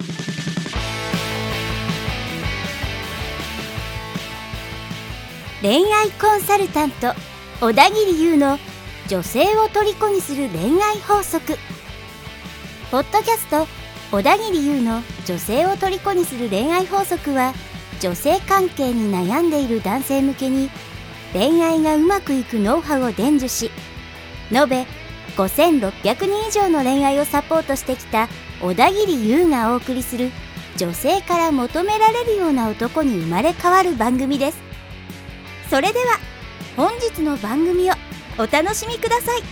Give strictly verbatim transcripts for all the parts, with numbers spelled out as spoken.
恋愛コンサルタント小田切優の女性を虜にする恋愛法則。ポッドキャスト小田切優の女性を虜にする恋愛法則は、女性関係に悩んでいる男性向けに恋愛がうまくいくノウハウを伝授し、延べごせんろっぴゃくにん以上の恋愛をサポートしてきた小田切優がお送りする、女性から求められるような男に生まれ変わる番組です。それでは本日の番組をお楽しみください。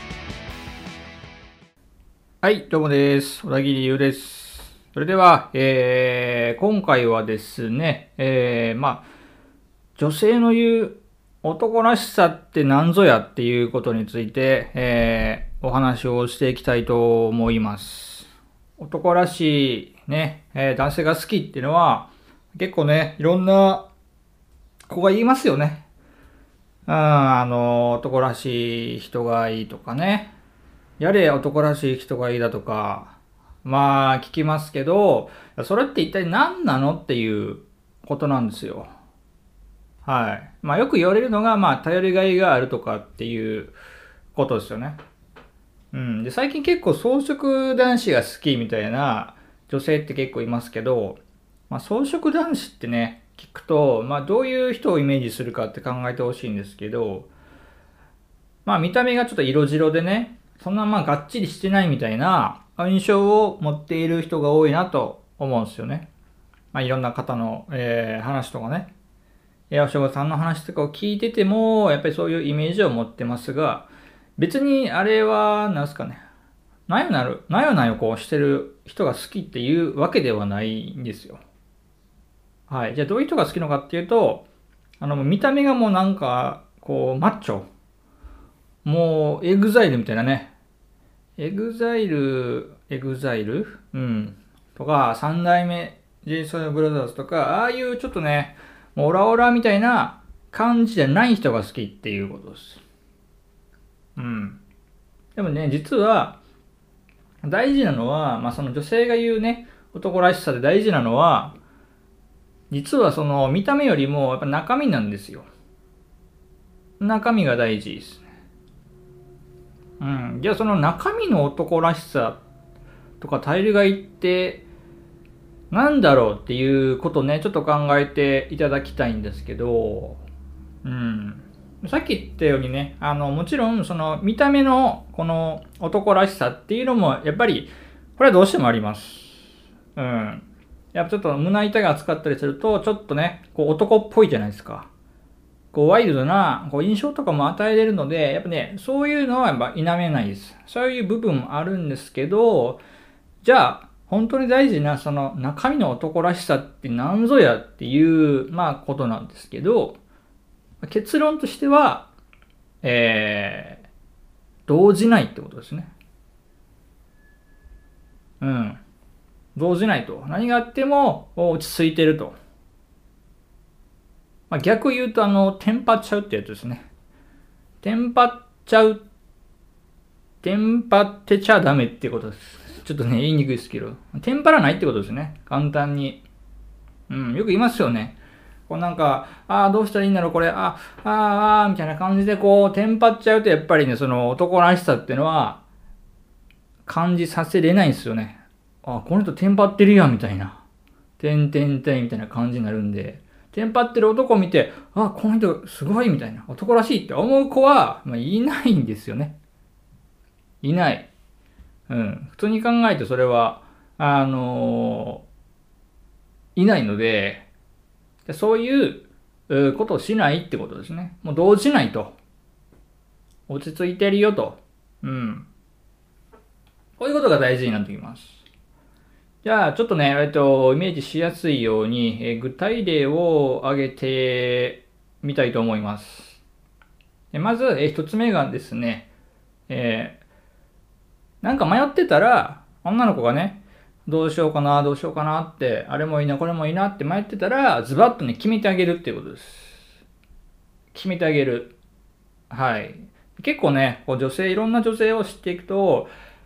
はい、どうもです。小田切優です。それでは、えー、今回はですね、えー、まあ、女性の言う男らしさって何ぞやっていうことについて、えー、お話をしていきたいと思います。男らしいね、えー、男性が好きっていうのは、結構ね、いろんな子が言いますよね。うん、あの、男らしい人がいいとかね。やれ男らしい人がいいだとか、まあ聞きますけど、それって一体何なのっていうことなんですよ。はい。まあよく言われるのが、まあ頼りがいがあるとかっていうことですよね。うん。で、最近結構草食男子が好きみたいな女性って結構いますけど、まあ草食男子ってね、聞くと、まあどういう人をイメージするかって考えてほしいんですけど、まあ見た目がちょっと色白でね、そんなまあがっちりしてないみたいな印象を持っている人が多いなと思うんですよね。まあいろんな方の、えー、話とかね。いや、お仕事さんの話とかを聞いてても、やっぱりそういうイメージを持ってますが、別にあれは、なんすかね、なよなる、なよなよこうしてる人が好きっていうわけではないんですよ。はい。じゃあどういう人が好きのかっていうと、あの、見た目がもうなんか、こう、マッチョ。もう、エグザイルみたいなね。エグザイル、エグザイルうん。とか、三代目 ジェイソン ブラザーズとか、ああいうちょっとね、もうオラオラみたいな感じじゃない人が好きっていうことです。うん。でもね、実は、大事なのは、まあその女性が言うね、男らしさで大事なのは、実はその見た目よりもやっぱ中身なんですよ。中身が大事です。うん。じゃあその中身の男らしさとか頼りがいってなんだろうっていうことをね、ちょっと考えていただきたいんですけど、うん。さっき言ったようにね、あの、もちろんその見た目のこの男らしさっていうのもやっぱりこれはどうしてもあります。うん。やっぱちょっと胸板が厚かったりするとちょっとね、こう男っぽいじゃないですか。こうワイルドなこう印象とかも与えれるので、やっぱね、そういうのはやっぱ否めないです。そういう部分もあるんですけど、じゃあ、本当に大事なその中身の男らしさって何ぞやっていう、まあことなんですけど、結論としては、えー、動じないってことですね。うん。動じないと。何があっても落ち着いてると。まあ、逆言うと、あの、テンパっちゃうってやつですね。テンパっちゃう。テンパってちゃダメってことです。ちょっとね、言いにくいですけど。テンパらないってことですね。簡単に。うん、よく言いますよね。こうなんか、ああ、どうしたらいいんだろう、これ、ああ、ああ、みたいな感じでこう、テンパっちゃうと、やっぱりね、その男らしさっていうのは、感じさせれないんですよね。あ、この人テンパってるやん、みたいな。てんてんてんみたいな感じになるんで、テンパってる男を見て、あ、この人すごい、みたいな。男らしいって思う子は、まあ、いないんですよね。いない。うん。普通に考えてそれは、あのー、いないので、そういうことをしないってことですね。もう動じないと。落ち着いてるよと。うん。こういうことが大事になってきます。じゃあ、ちょっとね、えっと、イメージしやすいように、えー、具体例を挙げてみたいと思います。まず、えー、一つ目がですね、えー、なんか迷ってたら、女の子がね、どうしようかな、どうしようかなって、あれもいいな、これもいいなって迷ってたら、ズバッとね、決めてあげるっていうことです。決めてあげる。はい。結構ね、こう女性、いろんな女性を知っていくと、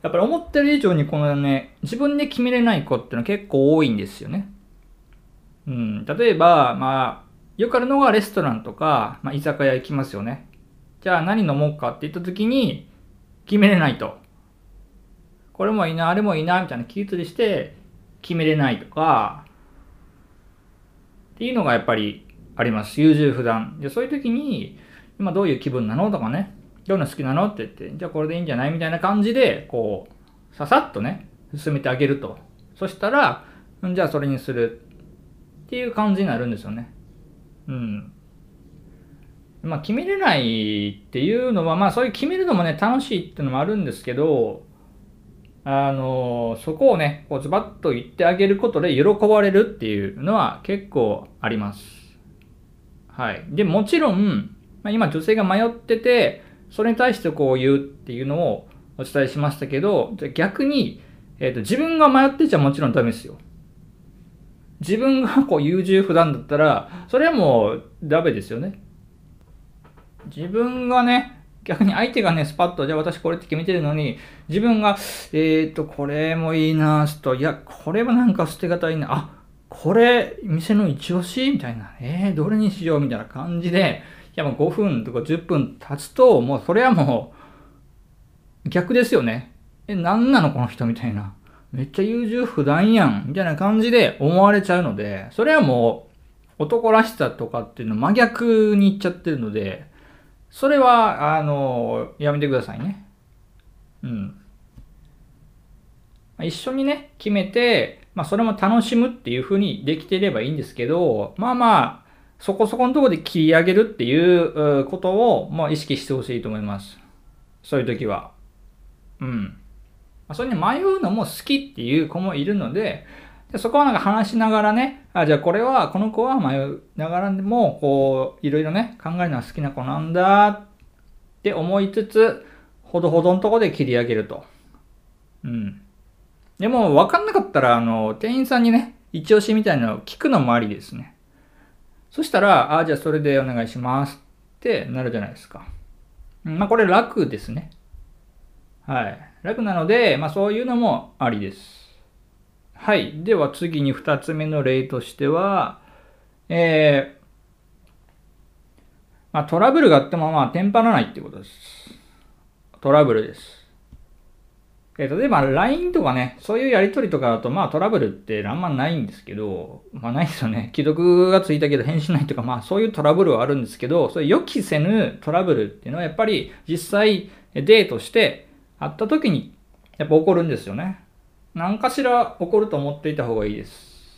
やっぱり思ってる以上にこのね、自分で決めれない子っていうのは結構多いんですよね。うん、例えば、まあ、よくあるのがレストランとか、まあ、居酒屋行きますよね。じゃあ何飲もうかって言った時に決めれないと。これもいいな、あれもいいな、みたいな聞いたりして決めれないとか、っていうのがやっぱりあります。優柔不断。で、そういう時に、今どういう気分なのとかね、どういうの好きなのって言って、じゃあこれでいいんじゃないみたいな感じで、こう、ささっとね、進めてあげると。そしたら、じゃあそれにするっていう感じになるんですよね。うん。まあ決めれないっていうのは、まあそういう決めるのもね、楽しいっていうのもあるんですけど、あの、そこをね、こうズバッと言ってあげることで喜ばれるっていうのは結構あります。はい。で、もちろん、まあ、今女性が迷ってて、それに対してこう言うっていうのをお伝えしましたけど、逆に、えっと、自分が迷ってちゃもちろんダメですよ。自分がこう優柔不断だったら、それはもうダメですよね。自分がね、逆に相手がね、スパッと、じゃあ私これって決めてるのに、自分が、えっと、これもいいな、ちょっと、いや、これはなんか捨てがたいな、あ、これ、店の一押しみたいな、えー、どれにしようみたいな感じで、いやもうごふんとかじゅっぷん経つと、もうそれはもう、逆ですよね。え、なんなのこの人みたいな。めっちゃ優柔不断やん、みたいな感じで思われちゃうので、それはもう、男らしさとかっていうの真逆にいっちゃってるので、それは、あの、やめてくださいね。うん。一緒にね、決めて、まあ、それも楽しむっていう風にできていればいいんですけど、まあまあ、そこそこのところで切り上げるっていうことを、まあ、意識してほしいと思います。そういう時は。うん。それに迷うのも好きっていう子もいるので、でそこはなんか話しながらね、あ、じゃあこれは、この子は迷いながらでも、こう、いろいろね、考えるのは好きな子なんだって思いつつ、ほどほどのとこで切り上げると。うん。でも、わかんなかったら、あの、店員さんにね、一押しみたいなのを聞くのもありですね。そしたら、あ、じゃあそれでお願いしますってなるじゃないですか。うん、まあ、これ楽ですね。はい。楽なので、まあ、そういうのもありです。はい。では次に二つ目の例としては、えー、まあ、トラブルがあっても、まあ、テンパらないっていうことです。トラブルです。えー、例えば ライン とかね、そういうやりとりとかだと、まあトラブルってあんまないんですけど、まあないですよね。既読がついたけど返信ないとか、まあそういうトラブルはあるんですけど、そういう予期せぬトラブルっていうのはやっぱり実際デートして会った時にやっぱ起こるんですよね。何かしら起こると思っていた方がいいです。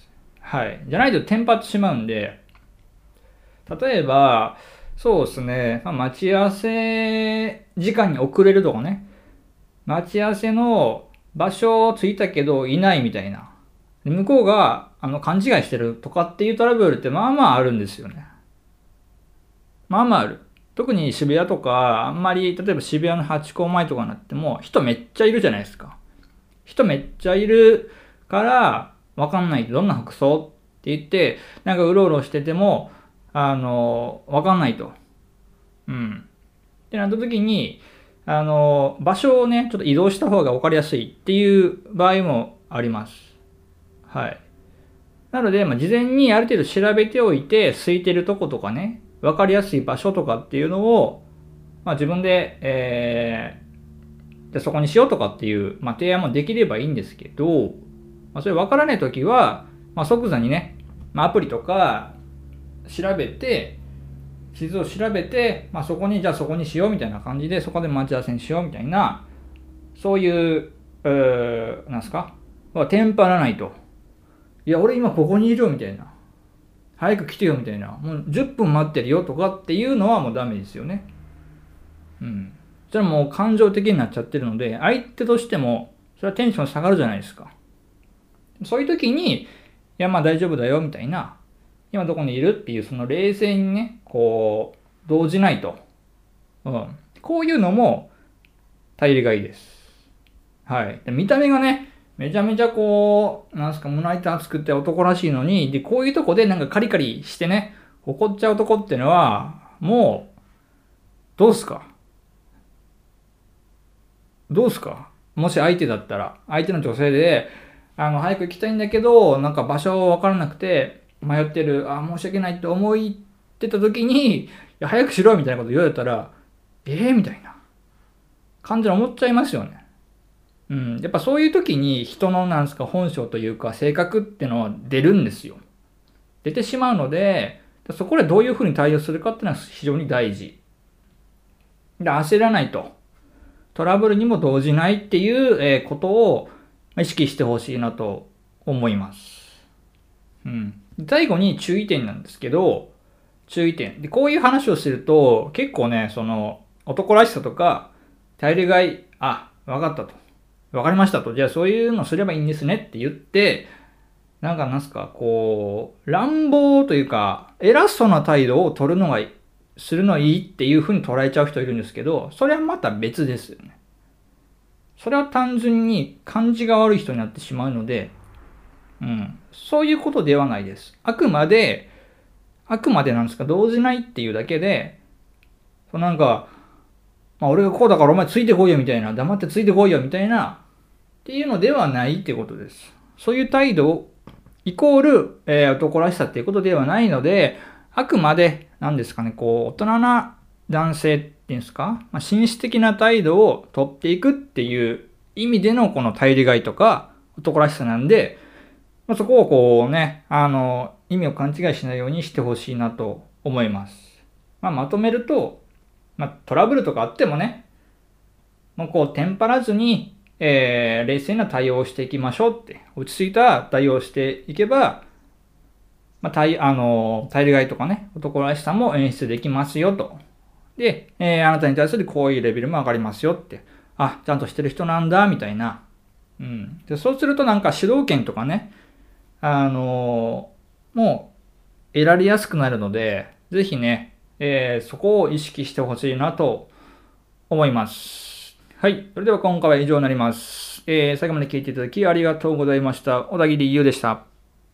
はい。じゃないとテンパってしまうんで、例えば、そうですね、まあ、待ち合わせ時間に遅れるとかね。待ち合わせの場所を着いたけどいないみたいな。向こうがあの勘違いしてるとかっていうトラブルってまあまああるんですよね。まあまあある。特に渋谷とか、あんまり、例えば渋谷のハチ公前とかになっても人めっちゃいるじゃないですか。人めっちゃいるからわかんない。どんな服装って言って、なんかうろうろしてても、あの、わかんないと。うん。ってなった時に、あの、場所をね、ちょっと移動した方が分かりやすいっていう場合もあります。はい。なので、まあ、事前にある程度調べておいて、空いてるとことかね、分かりやすい場所とかっていうのを、まあ、自分で、えー、じゃそこにしようとかっていう、まあ、提案もできればいいんですけど、まあ、それ分からないときは、まあ、即座にね、まあ、アプリとか調べて、地図を調べて、まあ、そこに、じゃあそこにしようみたいな感じで、そこで待ち合わせにしようみたいな、そういう、うー、なんすか、テンパらないと。いや、俺今ここにいるよみたいな。早く来てよみたいな。もうじゅっぷん待ってるよとかっていうのはもうダメですよね。うん。それはもう感情的になっちゃってるので、相手としても、それはテンション下がるじゃないですか。そういう時に、いや、まあ大丈夫だよみたいな。今どこにいるっていうその冷静にね、こう、動じないと。うん。こういうのも、頼りがいいです。はい。見た目がね、めちゃめちゃこう、なんすか、胸板厚くて男らしいのに、で、こういうとこでなんかカリカリしてね、怒っちゃうとこってのは、もう、どうすかどうすかもし相手だったら、相手の女性で、あの、早く行きたいんだけど、なんか場所わからなくて、迷ってる、あ、申し訳ないって思ってた時に、いや、早くしろみたいなこと言われたら、えーみたいな感じで思っちゃいますよね。うん。やっぱそういう時に人のなんですか、本性というか性格っていうのは出るんですよ。出てしまうので、そこでどういうふうに対応するかっていうのは非常に大事。で、焦らないと。トラブルにも動じないっていうことを意識してほしいなと思います。うん。最後に注意点なんですけど、注意点。で、こういう話をすると、結構ね、その、男らしさとか、頼りがい、あ、わかったと。わかりましたと。じゃあそういうのすればいいんですねって言って、なんかなんすか、こう、乱暴というか、偉そうな態度を取るのがいい。するのいいっていう風に捉えちゃう人いるんですけど、それはまた別ですよね。それは単純に感じが悪い人になってしまうので、うん、そういうことではないです。あくまで、あくまでなんですか、動じないっていうだけで、そうなんか、まあ俺がこうだからお前ついてこいよみたいな、黙ってついてこいよみたいな、っていうのではないってことです。そういう態度イコール、えー、男らしさっていうことではないので、あくまで、なんですかね、こう、大人な男性っていうんですか、まあ、紳士的な態度を取っていくっていう意味でのこの頼りがいとか男らしさなんで、まあ、そこをこうね、あの、意味を勘違いしないようにしてほしいなと思います。まあ、まとめると、まあ、トラブルとかあってもね、もうこう、テンパらずに、えー、冷静な対応をしていきましょうって、落ち着いた対応をしていけば、まあ、対、あの、頼りがいとかね、男らしさも演出できますよと。で、えー、あなたに対する好意レベルも上がりますよって。あ、ちゃんとしてる人なんだ、みたいな。うん。で、そうするとなんか主導権とかね、あのー、もう得られやすくなるので、ぜひね、えー、そこを意識してほしいなと思います。はい。それでは今回は以上になります。えー、最後まで聞いていただきありがとうございました。小田切優でした。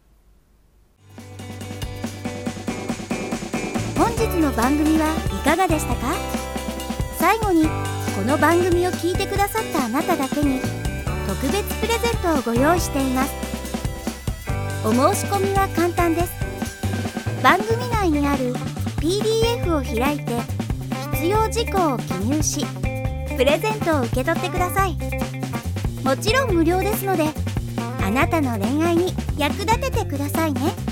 本日の番組はいかがでしたか？最後にこの番組を聞いてくださったあなただけに特別プレゼントをご用意しています。お申し込みは簡単です。番組内にある ピーディーエフ を開いて必要事項を記入し、プレゼントを受け取ってください。もちろん無料ですので、あなたの恋愛に役立ててくださいね。